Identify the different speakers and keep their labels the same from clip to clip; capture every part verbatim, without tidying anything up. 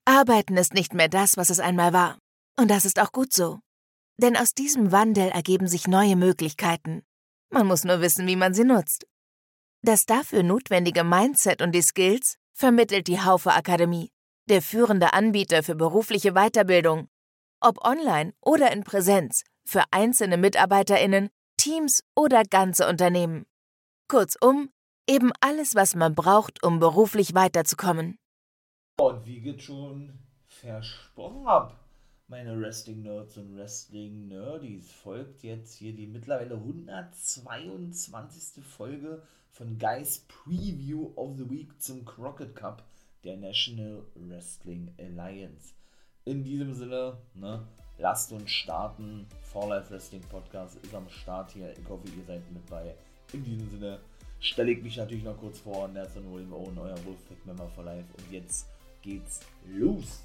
Speaker 1: Arbeiten ist nicht mehr das, was es einmal war. Und das ist auch gut so. Denn aus diesem Wandel ergeben sich neue Möglichkeiten. Man muss nur wissen, wie man sie nutzt. Das dafür notwendige Mindset und die Skills vermittelt die Haufe Akademie, der führende Anbieter für berufliche Weiterbildung. Ob online oder in Präsenz, für einzelne MitarbeiterInnen, Teams oder ganze Unternehmen. Kurzum, eben alles, was man braucht, um beruflich weiterzukommen.
Speaker 2: Und wie ich schon versprochen habe, meine Wrestling-Nerds und Wrestling-Nerdies, folgt jetzt hier die mittlerweile hundertzweiundzwanzigste. Folge von Guys Preview of the Week zum Crockett Cup der National Wrestling Alliance. In diesem Sinne, ne, lasst uns starten. For Life Wrestling Podcast ist am Start hier. Ich hoffe, ihr seid mit bei. In diesem Sinne stelle ich mich natürlich noch kurz vor. Nelson William Owen, euer Wolfpack Member for Life. Und jetzt geht's los.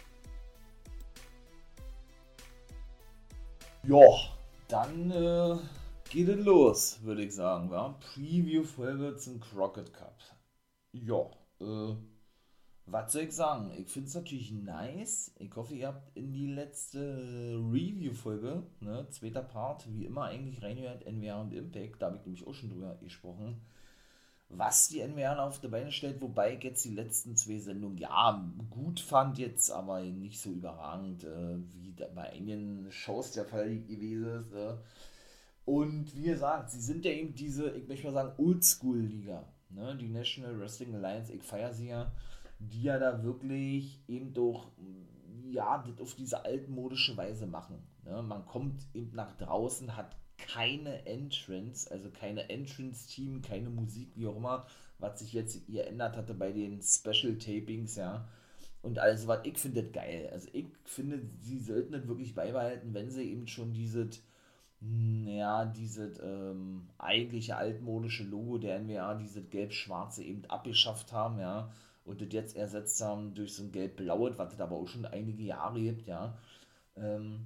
Speaker 2: Ja, dann äh, geht es los, würde ich sagen. Ja? Preview-Folge zum Crockett Cup. Ja, äh, was soll ich sagen? Ich finde es natürlich nice. Ich hoffe, ihr habt in die letzte Review-Folge, ne, zweiter Part, wie immer eigentlich reingehört, N W R und Impact. Da habe ich nämlich auch schon drüber gesprochen, was die N W R auf die Beine stellt, wobei ich jetzt die letzten zwei Sendungen, ja, gut fand jetzt, aber nicht so überragend, äh, wie bei einigen Shows der Fall gewesen ist. Äh. Und wie gesagt, sie sind ja eben diese, ich möchte mal sagen, Oldschool-Liga, ne? Die National Wrestling Alliance, ich feiere sie ja, die ja da wirklich eben doch, ja, das auf diese altmodische Weise machen. Ne? Man kommt eben nach draußen, hat keine Entrance, also keine Entrance-Team, keine Musik, wie auch immer, was sich jetzt geändert hatte bei den Special-Tapings, ja. Und alles, was ich finde, das geil. Also ich finde, sie sollten das wirklich beibehalten, wenn sie eben schon dieses, ja, dieses ähm, eigentliche altmodische Logo der N W A, dieses gelb-schwarze eben abgeschafft haben, ja, und das jetzt ersetzt haben durch so ein gelb-blaues, was es aber auch schon einige Jahre gibt, ja. Ähm,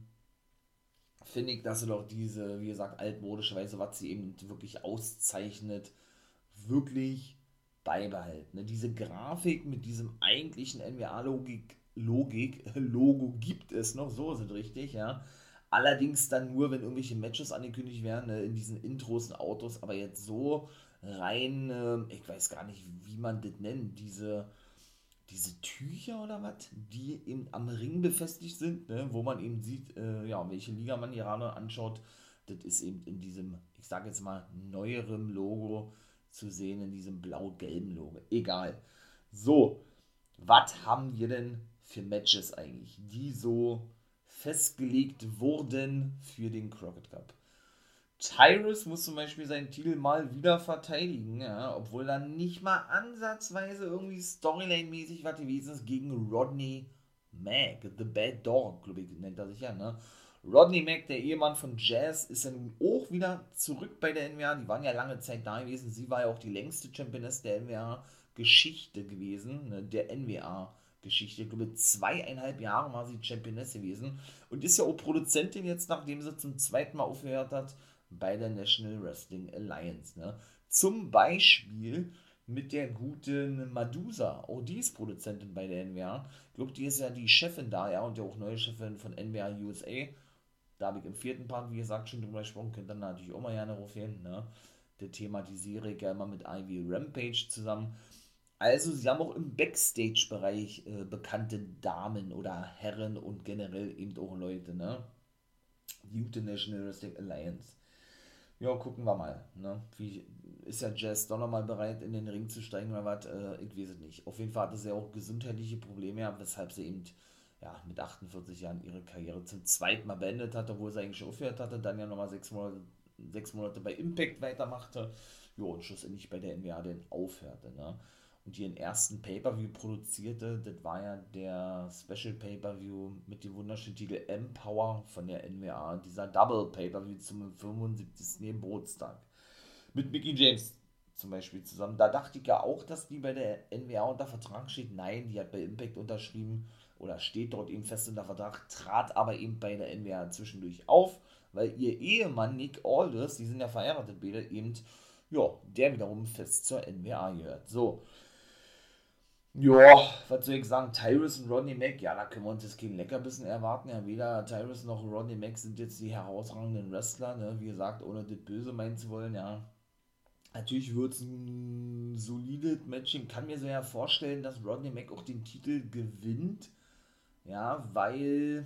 Speaker 2: finde ich, dass sie doch diese, wie gesagt, altmodische Weise, was sie eben wirklich auszeichnet, wirklich beibehalten. Ne? Diese Grafik mit diesem eigentlichen N W A-Logik, Logik, Logo gibt es noch, so ist es richtig, ja. Allerdings dann nur, wenn irgendwelche Matches angekündigt werden, ne, in diesen Intros und Autos, aber jetzt so rein, äh, ich weiß gar nicht, wie man das nennt, diese diese Tücher oder was, die eben am Ring befestigt sind, ne, wo man eben sieht, äh, ja, welche Liga man gerade anschaut. Das ist eben in diesem, ich sage jetzt mal, neueren Logo zu sehen, in diesem blau-gelben Logo. Egal. So, was haben wir denn für Matches eigentlich, die so festgelegt wurden für den Crockett Cup? Tyrus muss zum Beispiel seinen Titel mal wieder verteidigen, ja, obwohl dann nicht mal ansatzweise irgendwie Storyline-mäßig was gewesen ist gegen Rodney Mack, The Bad Dog, glaube ich, nennt er sich ja, ne? Rodney Mack, der Ehemann von Jazz, ist ja nun auch wieder zurück bei der N W A. Die waren ja lange Zeit da gewesen. Sie war ja auch die längste Championess der N W A-Geschichte gewesen, ne? Der N W A-Geschichte. Ich glaube, zweieinhalb Jahre war sie Championess gewesen und ist ja auch Produzentin jetzt, nachdem sie zum zweiten Mal aufgehört hat bei der National Wrestling Alliance. Ne? Zum Beispiel mit der guten Madusa, auch die ist Produzentin bei der N W A. Ich glaube, die ist ja die Chefin da, ja, und ja auch neue Chefin von N W A U S A. Da habe ich im vierten Part, wie gesagt, schon drüber gesprochen, könnt dann natürlich auch mal gerne drauf hin, ne? Der thematisiere ich gerne mal mit Ivy Rampage zusammen. Also, sie haben auch im Backstage-Bereich äh, bekannte Damen oder Herren und generell eben auch Leute, ne? Die gute National Wrestling Alliance. Ja, gucken wir mal. Ne? Wie, ist ja Jazz doch nochmal bereit, in den Ring zu steigen oder was? Äh, ich weiß es nicht. Auf jeden Fall hatte sie ja auch gesundheitliche Probleme gehabt, weshalb sie eben ja, mit achtundvierzig Jahren ihre Karriere zum zweiten Mal beendet hatte, obwohl sie eigentlich schon aufgehört hatte, dann ja nochmal sechs Monate, sechs Monate bei Impact weitermachte. Ja, und schlussendlich bei der N W A dann aufhörte. Ne? Und ihren ersten Pay-Per-View produzierte, das war ja der Special Pay-Per-View mit dem wunderschönen Titel Empower von der N W A, dieser Double Pay-Per-View zum fünfundsiebzigsten Geburtstag. Mit Mickey James zum Beispiel zusammen. Da dachte ich ja auch, dass die bei der N W A unter Vertrag steht. Nein, die hat bei Impact unterschrieben oder steht dort eben fest unter Vertrag, trat aber eben bei der N W A zwischendurch auf, weil ihr Ehemann Nick Aldis, die sind ja verheiratet beide, eben, ja, der wiederum fest zur N W A gehört. So, Ja, was soll ich sagen? Tyrus und Rodney Mack, ja, da können wir uns jetzt kein Leckerbissen erwarten. Ja, weder Tyrus noch Rodney Mack sind jetzt die herausragenden Wrestler, ne? Wie gesagt, ohne das Böse meinen zu wollen, ja. Natürlich wird es ein solides Match. Ich kann mir so ja vorstellen, dass Rodney Mack auch den Titel gewinnt. Ja, weil,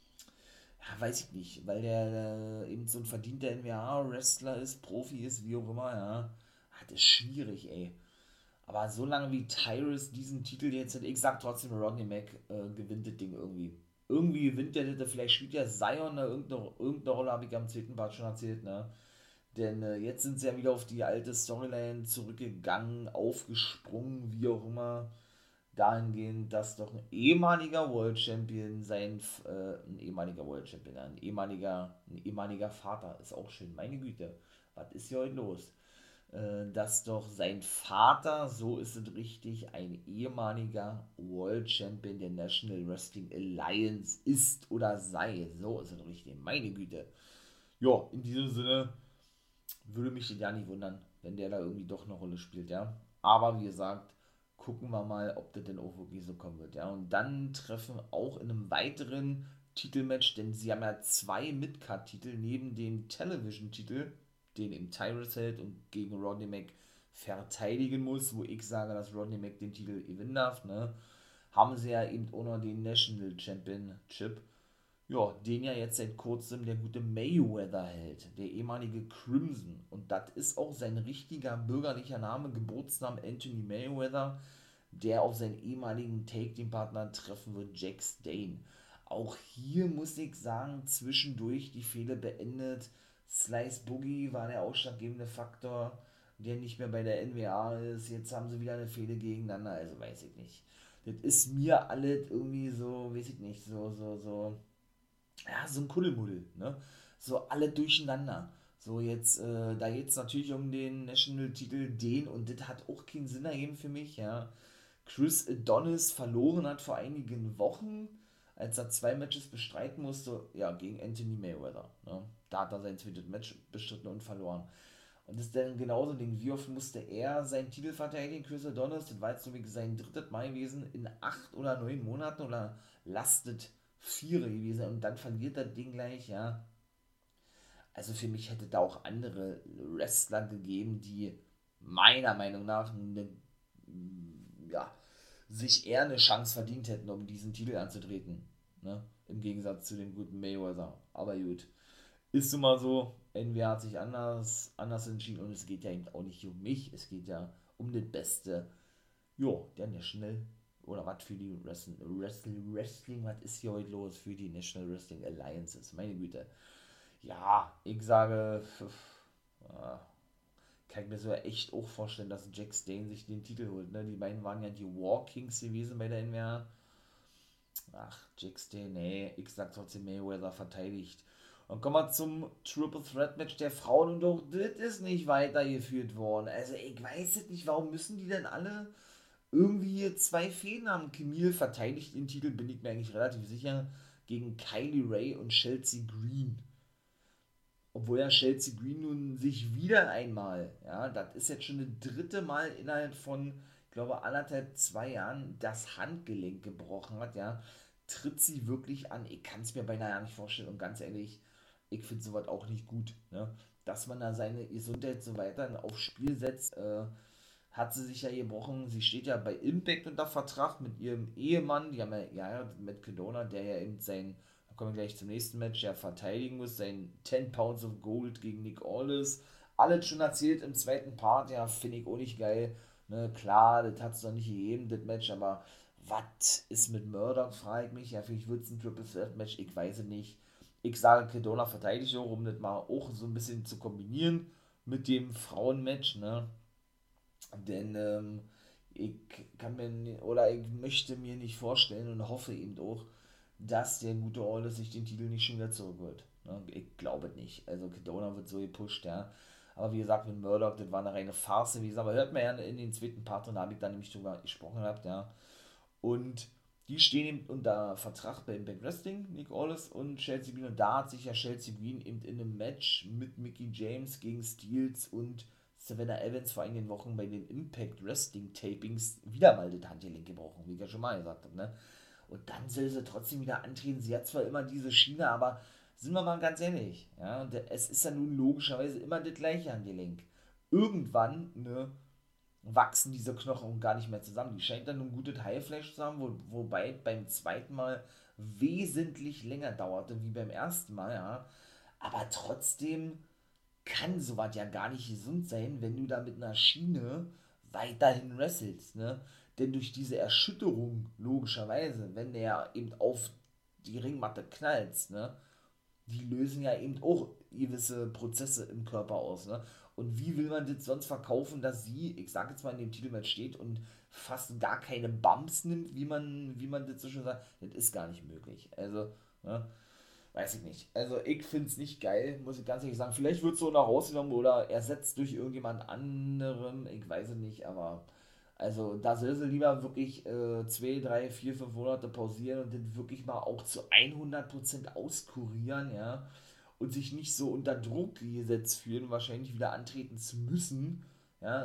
Speaker 2: ja, weiß ich nicht, weil der äh, eben so ein verdienter N W A-Wrestler ist, Profi ist, wie auch immer, ja. Ah, das ist schwierig, ey. Aber solange wie Tyrus diesen Titel jetzt hat, ich sag trotzdem, Rodney Mack äh, gewinnt das Ding irgendwie. Irgendwie gewinnt der das, vielleicht spielt ja Zion da irgendeine, irgendeine Rolle, habe ich am zweiten Part schon erzählt, ne? Denn äh, jetzt sind sie ja wieder auf die alte Storyline zurückgegangen, aufgesprungen, wie auch immer. Dahingehend, dass doch ein ehemaliger World Champion sein, äh, ein ehemaliger World Champion, ein ehemaliger, ein ehemaliger Vater, ist auch schön, meine Güte, was ist hier heute los? Äh, dass doch sein Vater, so ist es richtig, ein ehemaliger World Champion der National Wrestling Alliance ist oder sei, so ist es richtig, meine Güte. Ja, in diesem Sinne würde mich ja nicht wundern, wenn der da irgendwie doch eine Rolle spielt, ja. Aber wie gesagt, gucken wir mal, ob das denn auch wirklich so kommen wird, ja. Und dann treffen auch in einem weiteren Titelmatch, denn sie haben ja zwei Midcard-Titel neben dem Television-Titel, den im Tyrus hält und gegen Rodney Mack verteidigen muss, wo ich sage, dass Rodney Mack den Titel gewinnen darf, ne, haben sie ja eben auch noch den National Championship, ja, den ja jetzt seit kurzem der gute Mayweather hält, der ehemalige Crimson. Und das ist auch sein richtiger bürgerlicher Name, Geburtsname Anthony Mayweather, der auf seinen ehemaligen Take-Team-Partner treffen wird, Jack Stane. Auch hier muss ich sagen, zwischendurch die Fehler beendet. Slice Boogie war der ausschlaggebende Faktor, der nicht mehr bei der N W A ist. Jetzt haben sie wieder eine Fehde gegeneinander, also weiß ich nicht. Das ist mir alles irgendwie so, weiß ich nicht, so, so, so ja, so ein Kuddelmuddel, ne? So alle durcheinander. So jetzt, äh, da jetzt natürlich um den National-Titel den und das hat auch keinen Sinn ergeben für mich, ja. Chris Adonis verloren hat vor einigen Wochen, als er zwei Matches bestreiten musste, ja, gegen Anthony Mayweather, ne? Da hat er sein zweites Match bestritten und verloren. Und das ist dann genauso ein Ding, wie oft musste er seinen Titel verteidigen, Chris Adonis, das war jetzt so wie sein drittes Mal gewesen in acht oder neun Monaten oder lastet vier gewesen und dann verliert das Ding gleich, ja. Also für mich hätte da auch andere Wrestler gegeben, die meiner Meinung nach eine, ja, sich eher eine Chance verdient hätten, um diesen Titel anzutreten. Ne? Im Gegensatz zu dem guten Mayweather. Aber gut. Ist nun mal so, N W A hat sich anders, anders entschieden und es geht ja eben auch nicht um mich, es geht ja um das Beste, jo, der National oder was für die Wrestling, Wrestling, Wrestling, was ist hier heute los für die National Wrestling Alliances, meine Güte. Ja, ich sage, pf, äh, kann ich mir so echt auch vorstellen, dass Jack Stane sich den Titel holt, ne? Die beiden waren ja die War Kings gewesen bei der N W A. Ach, Jack Stane, nee, ich sag trotzdem Mayweather verteidigt. Und kommen wir zum Triple Threat Match der Frauen und auch das ist nicht weitergeführt worden. Also ich weiß jetzt nicht, warum müssen die denn alle irgendwie hier zwei Fäden haben? Camille verteidigt den Titel, bin ich mir eigentlich relativ sicher, gegen Kylie Ray und Chelsea Green. Obwohl ja Chelsea Green nun sich wieder einmal, ja, das ist jetzt schon das dritte Mal innerhalb von, ich glaube, anderthalb, zwei Jahren das Handgelenk gebrochen hat, ja, tritt sie wirklich an. Ich kann es mir beinahe ja nicht vorstellen und ganz ehrlich, ich finde sowas auch nicht gut, ne? Dass man da seine Gesundheit so weiter aufs Spiel setzt, äh, hat sie sich ja gebrochen. Sie steht ja bei Impact unter Vertrag mit ihrem Ehemann. Die haben ja, ja mit Kedona, der ja eben sein, da kommen wir gleich zum nächsten Match, ja verteidigen muss, sein zehn Pounds of Gold gegen Nick Aldis. Alles schon erzählt im zweiten Part, ja, finde ich auch nicht geil. Ne, klar, das hat es noch nicht gegeben, das Match, aber was ist mit Murdoch, frage ich mich. Ja, vielleicht wird es ein Triple Threat Match, ich weiß es nicht. Ich sage, Kedona verteidigt auch, um das mal auch so ein bisschen zu kombinieren mit dem Frauenmatch, ne? Denn ähm, ich kann mir ni- oder ich möchte mir nicht vorstellen und hoffe eben auch, dass der gute Orle sich den Titel nicht schon wieder zurückholt. Ne? Ich glaube nicht. Also Kedona wird so gepusht, ja. Aber wie gesagt, mit Murdoch, das war eine reine Farce gewesen. Aber hört man ja in den zweiten Part, und da habe ich dann nämlich drüber gesprochen gehabt, ja. Und die stehen eben unter Vertrag bei Impact Wrestling, Nick Aldis und Chelsea Green. Und da hat sich ja Chelsea Green eben in einem Match mit Mickey James gegen Steels und Savannah Evans vor einigen Wochen bei den Impact Wrestling Tapings wieder mal das Handgelenk gebrochen, wie ich ja schon mal gesagt habe, ne? Und dann soll sie trotzdem wieder antreten. Sie hat zwar immer diese Schiene, aber sind wir mal ganz ehrlich, ja, und es ist ja nun logischerweise immer das gleiche Handgelenk. Irgendwann, ne, wachsen diese Knochen gar nicht mehr zusammen. Die scheint dann ein gutes Heilfleisch zu haben, wo, wobei beim zweiten Mal wesentlich länger dauerte wie beim ersten Mal, ja. Aber trotzdem kann sowas ja gar nicht gesund sein, wenn du da mit einer Schiene weiterhin wrestelst, ne? Denn durch diese Erschütterung, logischerweise, wenn der eben auf die Ringmatte knallt, ne? Die lösen ja eben auch gewisse Prozesse im Körper aus, ne? Und wie will man das sonst verkaufen, dass sie, ich sag jetzt mal, in dem Titelmatch steht und fast gar keine Bumps nimmt, wie man, wie man das so schon sagt? Das ist gar nicht möglich. Also, ne? Weiß ich nicht. Also ich finde es nicht geil, muss ich ganz ehrlich sagen. Vielleicht wird es so noch rausgenommen oder ersetzt durch irgendjemand anderem. Ich weiß es nicht, aber also da soll sie lieber wirklich äh, zwei, drei, vier, fünf Monate pausieren und dann wirklich mal auch zu hundert Prozent auskurieren, ja. Und sich nicht so unter Druck gesetzt fühlen, wahrscheinlich wieder antreten zu müssen, ja,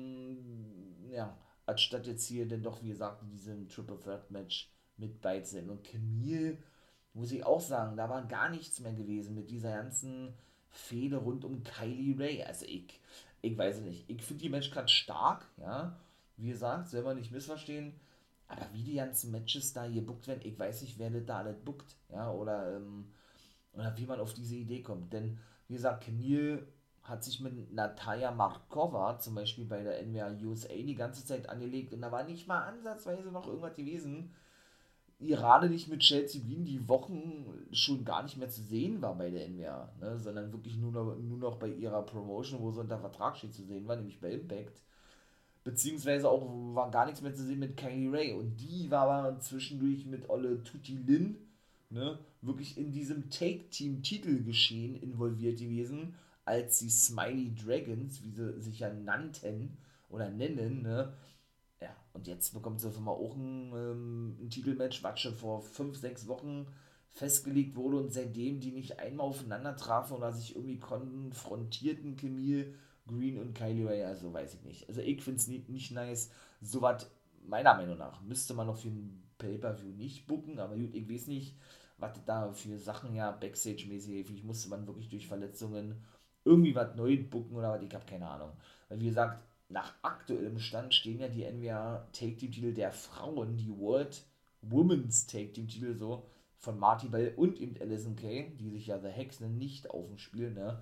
Speaker 2: ähm, ja, anstatt jetzt hier dann doch, wie gesagt, in diesem Triple Threat Match mit beizunehmen. Und Camille, muss ich auch sagen, da war gar nichts mehr gewesen mit dieser ganzen Fehde rund um Kylie Ray. Also ich, ich weiß es nicht. Ich finde die Match gerade stark, ja. Wie gesagt, selber nicht missverstehen. Aber wie die ganzen Matches da gebuckt werden, ich weiß nicht, wer das da alles buckt, ja, oder, ähm, oder wie man auf diese Idee kommt. Denn, wie gesagt, Camille hat sich mit Natalia Markova zum Beispiel bei der N W A U S A die ganze Zeit angelegt und da war nicht mal ansatzweise noch irgendwas gewesen, gerade nicht mit Chelsea Green, die Wochen schon gar nicht mehr zu sehen war bei der N W A, ne, sondern wirklich nur noch, nur noch bei ihrer Promotion, wo sie unter Vertrag steht, zu sehen war, nämlich bei Impact. Beziehungsweise auch war gar nichts mehr zu sehen mit Kylie Ray. Und die war aber zwischendurch mit Olle Tutti Lin, ne, wirklich in diesem Take-Team-Titelgeschehen involviert gewesen, als die Smiley Dragons, wie sie sich ja nannten oder nennen, ne, ja, und jetzt bekommt sie auf einmal auch ein, ähm, ein Titelmatch, was schon vor fünf, sechs Wochen festgelegt wurde und seitdem die nicht einmal aufeinander trafen oder sich irgendwie konfrontierten, Camille, Green und Kylie Ray, also weiß ich nicht. Also ich finde es nicht, nicht nice. Sowas, meiner Meinung nach, müsste man noch für ein Pay-Per-View nicht booken, aber gut, ich weiß nicht, was da für Sachen ja Backstage-mäßig, vielleicht musste man wirklich durch Verletzungen irgendwie was neu booken oder was, ich habe keine Ahnung. Weil wie gesagt, nach aktuellem Stand stehen ja die N W A Take Team Titel der Frauen, die World Women's Take Team Titel so von Marty Bell und eben Allysin Kay, die sich ja The Hex nicht auf dem Spiel, ne?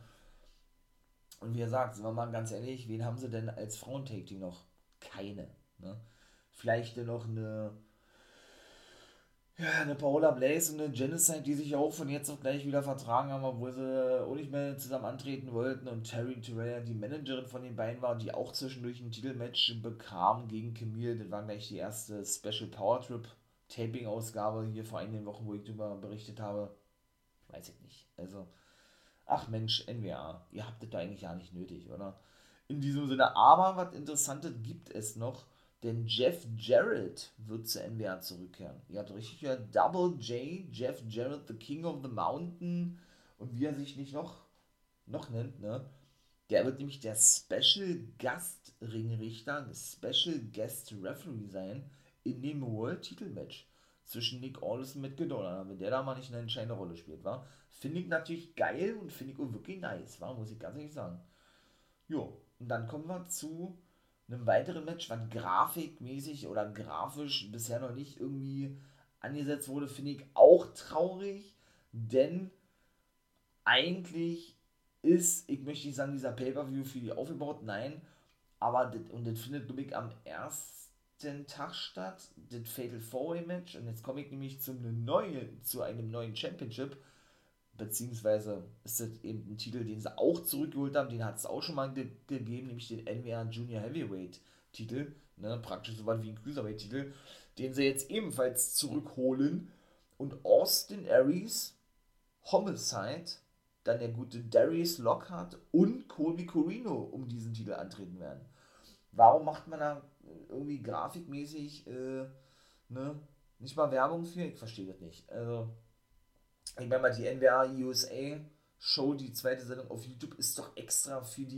Speaker 2: Und wie gesagt, sind wir mal ganz ehrlich, wen haben sie denn als Frauen Take Team noch? Keine, ne? Vielleicht denn noch eine ja, eine Paola Blaze und eine Genocide, die sich ja auch von jetzt auf gleich wieder vertragen haben, obwohl sie auch nicht mehr zusammen antreten wollten. Und Terry Terrell, die Managerin von den beiden war und die auch zwischendurch ein Titelmatch bekam gegen Camille. Das war gleich die erste Special Power Trip Taping-Ausgabe hier vor einigen Wochen, wo ich darüber berichtet habe. Weiß ich nicht. Also, ach Mensch, N W A, ihr habt das da eigentlich ja nicht nötig, oder? In diesem Sinne, aber was Interessantes gibt es noch, denn Jeff Jarrett wird zur N W A zurückkehren. Ihr habt richtig gehört, Double J, Jeff Jarrett, the King of the Mountain und wie er sich nicht noch, noch nennt, ne? Der wird nämlich der Special Gast Ringrichter, Special Guest Referee sein in dem World Titelmatch zwischen Nick Aldis und Matt Cardona, wenn der da mal nicht eine entscheidende Rolle spielt, war. Finde ich natürlich geil und finde ich auch wirklich nice, war, muss ich ganz ehrlich sagen. Jo, und dann kommen wir zu einem weiteren Match, was grafikmäßig oder grafisch bisher noch nicht irgendwie angesetzt wurde, finde ich auch traurig, denn eigentlich ist, ich möchte nicht sagen, dieser Pay-Per-View für die aufgebaut, nein, aber das, und das findet, glaube ich, am ersten Tag statt, das Fatal Four-Way Match, und jetzt komme ich nämlich zu einem neuen, zu einem neuen Championship, beziehungsweise ist das eben ein Titel, den sie auch zurückgeholt haben, den hat es auch schon mal ge- gegeben, nämlich den N W A Junior Heavyweight Titel, ne, praktisch so was wie ein Cruiserweight Titel, den sie jetzt ebenfalls zurückholen und Austin Aries, Homicide, dann der gute Darius Lockhart und Colby Corino um diesen Titel antreten werden. Warum macht man da irgendwie grafikmäßig äh, ne, nicht mal Werbung für? Ich verstehe das nicht. Also ich meine mal, die N W A U S A Show, die zweite Sendung auf YouTube, ist doch extra für die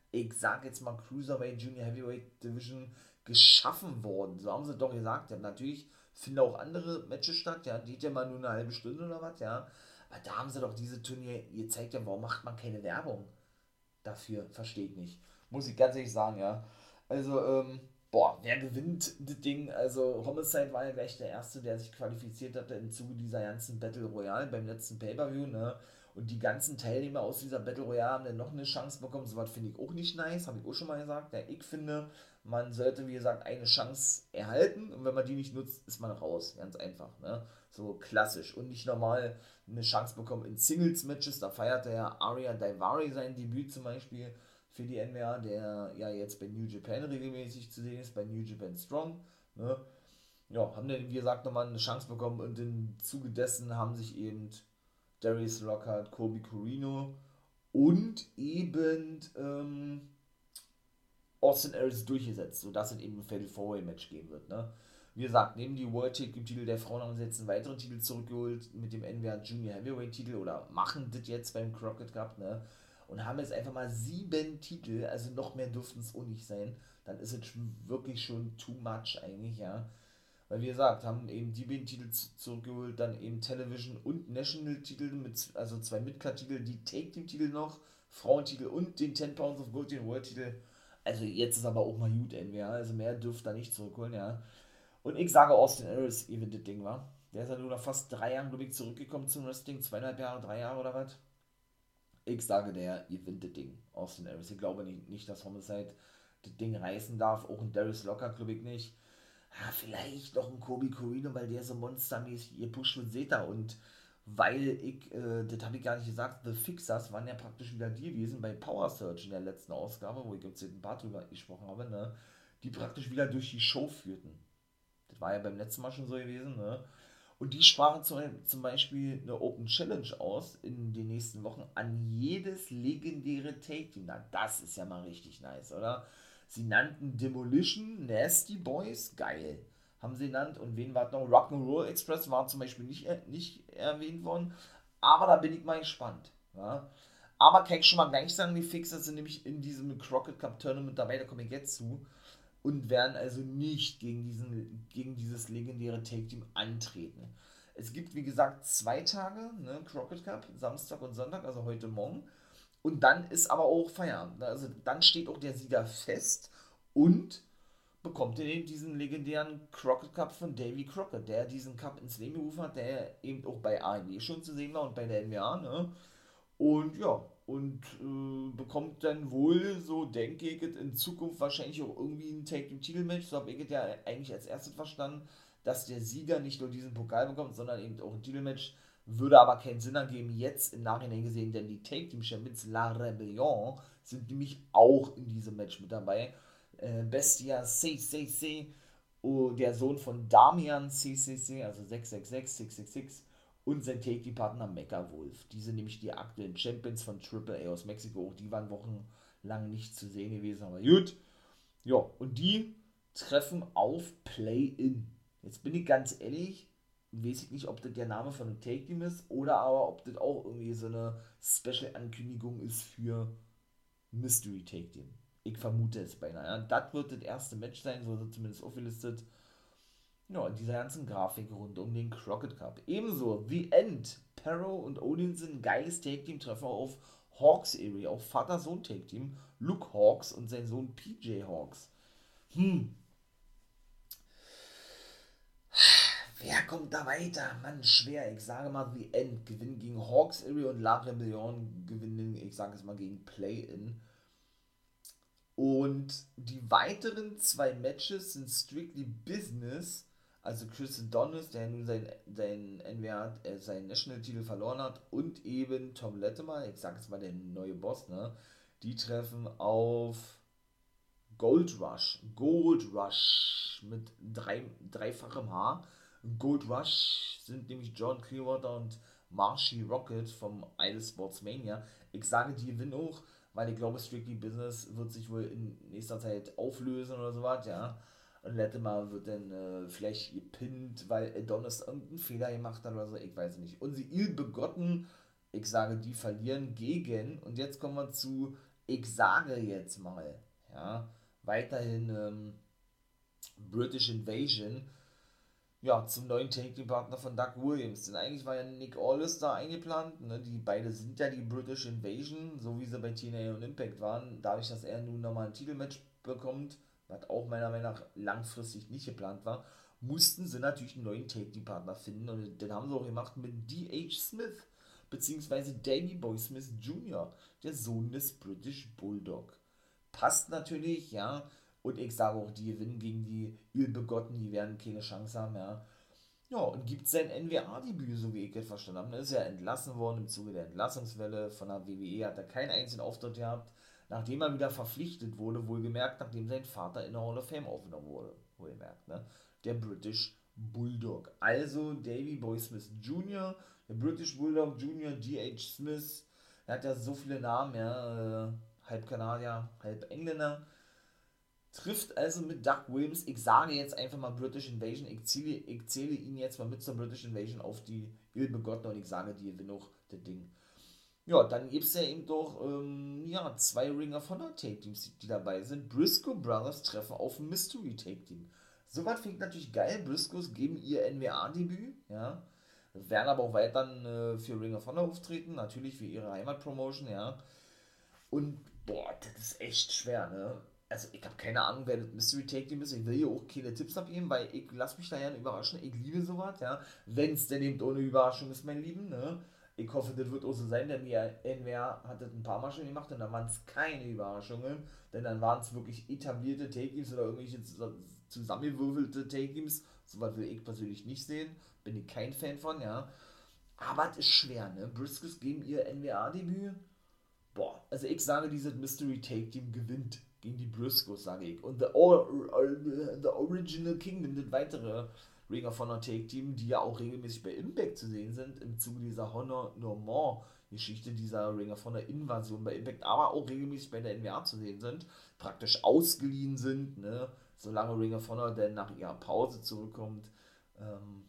Speaker 2: ich sag jetzt mal Cruiserweight Junior Heavyweight Division geschaffen worden. So haben sie doch gesagt. Ja, natürlich finden auch andere Matches statt, ja, die geht ja mal nur eine halbe Stunde oder was, ja. Aber da haben sie doch diese Turnier gezeigt, ja, warum macht man keine Werbung dafür? Verstehe ich nicht. Muss ich ganz ehrlich sagen, ja. Also, ähm, boah, wer gewinnt das Ding? Also, Homicide war ja gleich der Erste, der sich qualifiziert hatte im Zuge dieser ganzen Battle Royale beim letzten Pay-Per-View, ne? Und die ganzen Teilnehmer aus dieser Battle Royale haben dann noch eine Chance bekommen. So was finde ich auch nicht nice, habe ich auch schon mal gesagt. Ja, ich finde, man sollte, wie gesagt, eine Chance erhalten und wenn man die nicht nutzt, ist man raus. Ganz einfach, ne? So klassisch. Und nicht normal eine Chance bekommen in Singles-Matches. Da feierte ja Arya Daivari sein Debüt zum Beispiel für die N W A, der ja jetzt bei New Japan regelmäßig zu sehen ist, bei New Japan Strong. Ne? Ja, haben dann, wie gesagt, nochmal eine Chance bekommen und im Zuge dessen haben sich eben Darius Lockhart, Colby Corino und eben ähm, Austin Aries durchgesetzt, sodass es eben ein Fatal four-Way Match geben wird. Ne? Wie gesagt, neben die World Tag Titel der Frauen haben sie jetzt einen weiteren Titel zurückgeholt mit dem N W A Junior Heavyweight Titel oder machen das jetzt beim Crockett Cup, ne? Und haben jetzt einfach mal sieben Titel, also noch mehr dürften es auch nicht sein. Dann ist es wirklich schon too much eigentlich, ja. Weil wie gesagt, haben eben die beiden Titel zurückgeholt, dann eben Television und National Titel, mit, also zwei Midcard-Titel, die Take-Team-Titel noch, Frauentitel und den ten Pounds of Gold, den World-Titel. Also jetzt ist aber auch mal gut, N W A, also mehr dürft da nicht zurückholen, ja. Und ich sage Austin Aries, ihr das Ding, war. Der ist ja nur nach fast drei Jahren, glaube ich, zurückgekommen zum Wrestling, zweieinhalb Jahre, drei Jahre oder was. Ich sage, der gewinnt das Ding, Austin Aries. Ich glaube nicht, nicht dass Homicide das Ding reißen darf, auch ein Darius Locker, glaube ich nicht. Ja, vielleicht noch ein Kobe Corino, weil der so monstermäßig gepusht wird, seht ihr. Und weil ich, äh, das habe ich gar nicht gesagt, The Fixers waren ja praktisch wieder die gewesen bei Power Search in der letzten Ausgabe, wo ich jetzt ein paar drüber gesprochen habe, ne, die praktisch wieder durch die Show führten. Das war ja beim letzten Mal schon so gewesen, ne? Und die sprachen zum, zum Beispiel eine Open Challenge aus in den nächsten Wochen an jedes legendäre Take-Team. Na, das ist ja mal richtig nice, oder? Sie nannten Demolition, Nasty Boys, geil. Haben sie genannt. Und wen war noch? Rock'n'Roll Express war zum Beispiel nicht, nicht erwähnt worden. Aber da bin ich mal gespannt. Ja? Aber kann ich schon mal gleich sagen, die Fixers sind nämlich in diesem Crockett Cup Tournament dabei, da komme ich jetzt zu. Und werden also nicht gegen, diesen, gegen dieses legendäre Take-Team antreten. Es gibt, wie gesagt, zwei Tage, ne, Crockett Cup, Samstag und Sonntag, also heute Morgen. Und dann ist aber auch Feierabend. Ne? Also dann steht auch der Sieger fest und bekommt er eben diesen legendären Crockett Cup von Davy Crockett, der diesen Cup ins Leben gerufen hat, der eben auch bei A E W schon zu sehen war und bei der N W A, ne? Und ja, und äh, bekommt dann wohl, so denke ich, in Zukunft wahrscheinlich auch irgendwie ein Take-Team-Titel-Match. So habe ich es ja eigentlich als erstes verstanden, dass der Sieger nicht nur diesen Pokal bekommt, sondern eben auch ein Titelmatch. Würde aber keinen Sinn ergeben, jetzt im Nachhinein gesehen, denn die Take-Team-Champions La Rebellion sind nämlich auch in diesem Match mit dabei. Äh, Bestia C C C, oh, der Sohn von Damian C C C, also sechs sechs sechs, sechs sechs sechs und sein Take-Team-Partner Mecha Wolf. Die sind nämlich die aktuellen Champions von Triple A aus Mexiko. Auch die waren wochenlang nicht zu sehen gewesen, aber gut. Ja, und die treffen auf Play-In. Jetzt bin ich ganz ehrlich, weiß ich nicht, ob das der Name von einem Take-Team ist oder aber ob das auch irgendwie so eine Special-Ankündigung ist für Mystery Take-Team. Ich vermute es beinahe. Ja. Das wird das erste Match sein, so wird zumindest aufgelistet. Ja, in dieser ganzen Grafik rund um den Crockett Cup. Ebenso The End. Perro und Odin sind ein geiles Take-Team, treffen auf Hawks Area, auf Vater-Sohn-Take-Team. Luke Hawks und sein Sohn P J Hawks. Hm. Wer kommt da weiter? Mann, schwer. Ich sage mal, The End gewinnen gegen Hawks Area und La Rebellion gewinnen, ich sage es mal, gegen Play-In. Und die weiteren zwei Matches sind Strictly Business. Also Chris Adonis, der nun sein, sein N W A, äh, seinen National-Titel verloren hat, und eben Tom Latimer, ich sag jetzt mal der neue Boss, ne? Die treffen auf Gold Rush. Gold Rush mit drei, dreifachem H. Gold Rush sind nämlich John Clearwater und Marshy Rocket vom Idol Sportsmania. Ich sage, die gewinnen auch, weil ich glaube, Strictly Business wird sich wohl in nächster Zeit auflösen oder sowas, ja. Und Latimer wird dann äh, vielleicht gepinnt, weil Adonis irgendeinen Fehler gemacht hat oder so, ich weiß nicht. Und sie Il Begotten, ich sage, die verlieren gegen, und jetzt kommen wir zu ich sage jetzt mal, ja, weiterhin ähm, British Invasion, ja, zum neuen Take-Team-Partner von Doug Williams. Denn eigentlich war ja Nick Aldis da eingeplant. Ne? Die beide sind ja die British Invasion, so wie sie bei T N A und Impact waren. Dadurch, dass er nun nochmal ein Titelmatch bekommt, was auch meiner Meinung nach langfristig nicht geplant war, mussten sie natürlich einen neuen Take-Team-Partner finden. Und den haben sie auch gemacht mit D H Smith, beziehungsweise Davey Boy Smith Junior, der Sohn des British Bulldog. Passt natürlich, ja. Und ich sage auch, die gewinnen gegen die Illbegotten, die werden keine Chance haben, ja. Ja, und gibt sein N W A-Debüt, so wie ich es verstanden habe. Er ist ja entlassen worden im Zuge der Entlassungswelle von der W W E, hat er keinen einzigen Auftritt gehabt, nachdem er wieder verpflichtet wurde, wohlgemerkt, nachdem sein Vater in der Hall of Fame aufgenommen wurde, wohlgemerkt, ne? Der British Bulldog. Also Davey Boy Smith Junior, der British Bulldog Junior, D H Smith, er hat ja so viele Namen, ja, äh, halb Kanadier, halb Engländer, trifft also mit Doug Williams. Ich sage jetzt einfach mal British Invasion. Ich zähle, ich zähle ihn jetzt mal mit zur British Invasion auf die Illbegotten und ich sage, die gewinnen auch das Ding. Ja, dann gibt es ja eben doch ähm, ja, zwei Ring of Honor Take Teams, die dabei sind. Briscoe Brothers treffen auf ein Mystery Take Team. Soweit finde ich natürlich geil. Briscoes geben ihr N W A-Debüt, ja. Werden aber auch weiter äh, für Ring of Honor auftreten, natürlich für ihre Heimatpromotion, ja. Und boah, das ist echt schwer, ne? Also ich habe keine Ahnung, wer das Mystery Take Team ist. Ich will hier auch keine Tipps abgeben, weil ich lasse mich da gerne überraschen. Ich liebe sowas, ja. Wenn es denn eben ohne Überraschung ist, mein Lieben, ne? Ich hoffe, das wird auch so sein, denn die N W A hat das ein paar Mal schon gemacht und dann waren es keine Überraschungen, denn dann waren es wirklich etablierte Take Teams oder irgendwelche zusammengewürfelte Take Teams. Sowas will ich persönlich nicht sehen. Bin ich kein Fan von, ja. Aber es ist schwer, ne? Briscoes geben ihr N W A-Debüt. Boah, also ich sage, dieses Mystery Take Team gewinnt gegen die Briscoes, sage ich. Und The, or, or, the Original Kingdom, das weitere Ring of Honor Take Team, die ja auch regelmäßig bei Impact zu sehen sind, im Zuge dieser Honor No More Geschichte, dieser Ring of Honor Invasion bei Impact, aber auch regelmäßig bei der N W A zu sehen sind, praktisch ausgeliehen sind, ne, solange Ring of Honor dann nach ihrer Pause zurückkommt. Ähm,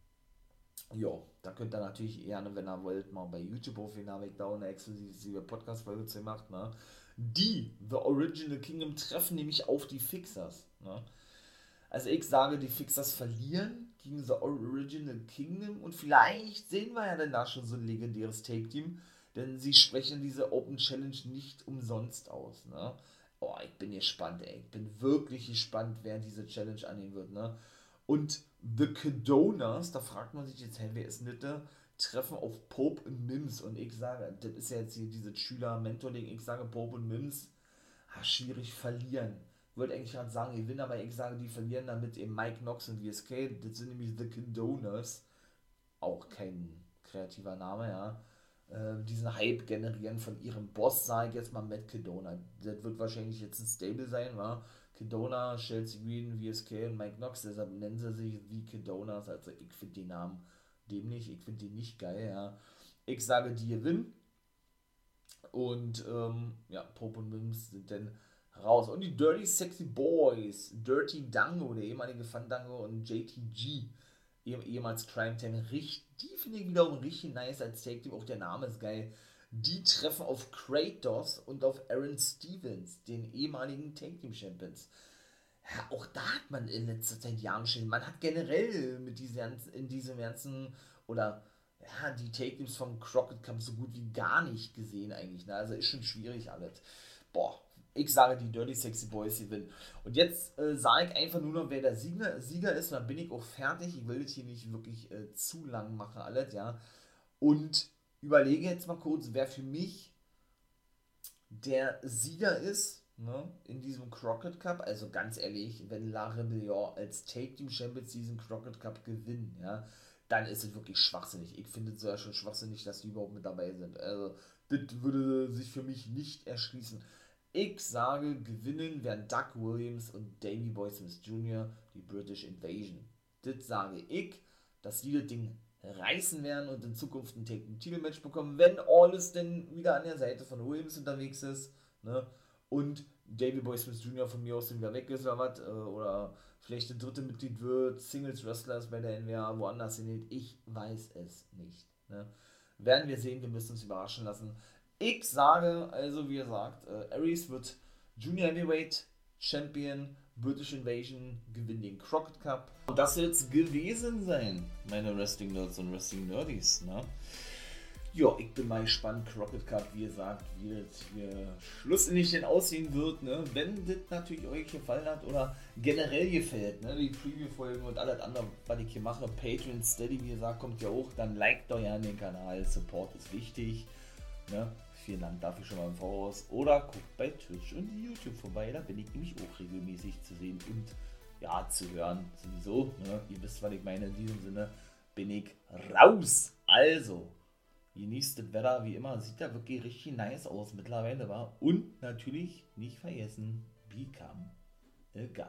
Speaker 2: ja, da könnt ihr natürlich gerne, wenn ihr wollt, mal bei YouTube aufgehen, habe ich da eine exklusive Podcast-Folge zu gemacht, ne? Die, The Original Kingdom, treffen nämlich auf die Fixers, ne? Also ich sage, die Fixers verlieren gegen The Original Kingdom und vielleicht sehen wir ja dann da schon so ein legendäres Take-Team, denn sie sprechen diese Open Challenge nicht umsonst aus, ne? Oh, ich bin gespannt, ey. Ich bin wirklich gespannt, wer diese Challenge annehmen wird, ne? Und The Cadonas, da fragt man sich jetzt, hey, wer ist Nitte? Treffen auf Pope und Mims. Und ich sage, das ist ja jetzt hier dieses Schüler-Mentor-Ding, ich sage Pope und Mims, ah, schwierig verlieren. Ich wollte eigentlich gerade sagen, gewinnen, aber ich sage, die verlieren damit eben Mike Knox und V S K. Das sind nämlich The Cadonas. Auch kein kreativer Name, ja. Äh, diesen Hype generieren von ihrem Boss, sage ich jetzt mal, Matt Cadona. Das wird wahrscheinlich jetzt ein Stable sein, wa? Cadona, Chelsea Green, V S K und Mike Knox, deshalb nennen sie sich The Cadonas. Also ich finde den Namen dämlich, ich finde den nicht geil, ja. Ich sage, die gewinnen. Und ähm, ja, Pope und Mims sind dann raus. Und die Dirty Sexy Boys, Dirty Dango, der ehemalige Fandango, und J T G, eh- ehemals Crime Time, richtig, die finde ich wiederum richtig nice als Take Team, auch der Name ist geil. Die treffen auf Kratos und auf Aaron Stevens, den ehemaligen Take Team Champions. Ja, auch da hat man in letzter Zeit Jahren schon, man hat generell mit diesen ganzen, in diesem ganzen, oder ja, die Take-Teams vom Crockett Cup so gut wie gar nicht gesehen eigentlich, ne? Also ist schon schwierig alles. Boah, ich sage, die Dirty Sexy Boys gewinnen. Und jetzt äh, sage ich einfach nur noch, wer der Sieger, Sieger ist, und dann bin ich auch fertig. Ich will das hier nicht wirklich äh, zu lang machen alles, ja. Und überlege jetzt mal kurz, wer für mich der Sieger ist, ne, in diesem Crockett Cup. Also ganz ehrlich, wenn La Rebellion als Take Team Champions diesen Crockett Cup gewinnen, ja, dann ist es wirklich schwachsinnig. Ich finde es sogar schon schwachsinnig, dass die überhaupt mit dabei sind. Also, das würde sich für mich nicht erschließen. Ich sage, gewinnen werden Doug Williams und Davey Boy Smith Junior die British Invasion. Das sage ich, dass die das Ding reißen werden und in Zukunft ein Titelmatch bekommen, wenn Aldis denn wieder an der Seite von Williams unterwegs ist, ne? Und Davey Boy Smith Junior von mir aus wieder weg ist oder was, äh, oder vielleicht der dritte Mitglied wird, Singles Wrestlers bei der N W A woanders hingeht, ich weiß es nicht, ne? Werden wir sehen, wir müssen uns überraschen lassen. Ich sage, also wie gesagt, äh, Aries wird Junior Heavyweight Champion, British Invasion, gewinnt den Crockett Cup. Und das wird es gewesen sein, meine Wrestling Nerds und Wrestling Nerdies, ne? Ja, ich bin mal gespannt, Crockett Cup, wie gesagt, wie das hier schlussendlich denn aussehen wird, ne? Wenn das natürlich euch gefallen hat oder generell gefällt, ne? Die Preview-Folgen und alles andere, was ich hier mache, Patreon, Steady, wie gesagt, kommt ja auch, dann liked doch ja den Kanal, Support ist wichtig, ne? Vielen Dank dafür schon mal im Voraus. Oder guckt bei Twitch und YouTube vorbei, da bin ich nämlich auch regelmäßig zu sehen und ja, zu hören sowieso, ne? Ihr wisst, was ich meine, in diesem Sinne bin ich raus. Also, genießt das Wetter, wie immer, sieht ja wirklich richtig nice aus mittlerweile, war. Und natürlich nicht vergessen, become a guy.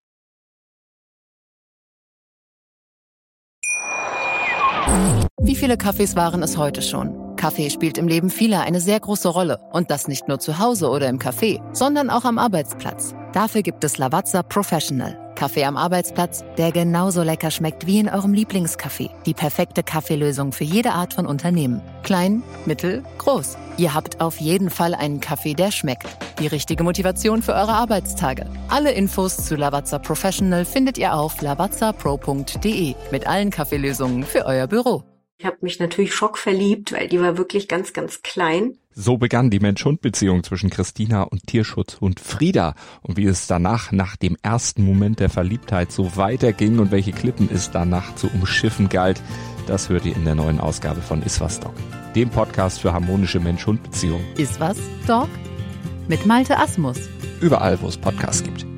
Speaker 3: Wie viele Kaffees waren es heute schon? Kaffee spielt im Leben vieler eine sehr große Rolle. Und das nicht nur zu Hause oder im Café, sondern auch am Arbeitsplatz. Dafür gibt es Lavazza Professional. Kaffee am Arbeitsplatz, der genauso lecker schmeckt wie in eurem Lieblingscafé. Die perfekte Kaffeelösung für jede Art von Unternehmen. Klein, mittel, groß. Ihr habt auf jeden Fall einen Kaffee, der schmeckt. Die richtige Motivation für eure Arbeitstage. Alle Infos zu Lavazza Professional findet ihr auf lavazza pro punkt de mit allen Kaffeelösungen für euer Büro.
Speaker 4: Ich habe mich natürlich schockverliebt, weil die war wirklich ganz, ganz klein.
Speaker 5: So begann die Mensch-Hund-Beziehung zwischen Christina und Tierschutzhund Frieda. Und wie es danach, nach dem ersten Moment der Verliebtheit, so weiterging und welche Klippen es danach zu umschiffen galt, das hört ihr in der neuen Ausgabe von Iswas Dog, dem Podcast für harmonische Mensch-Hund-Beziehungen.
Speaker 3: Iswas Dog? Mit Malte Asmus.
Speaker 5: Überall, wo es Podcasts gibt.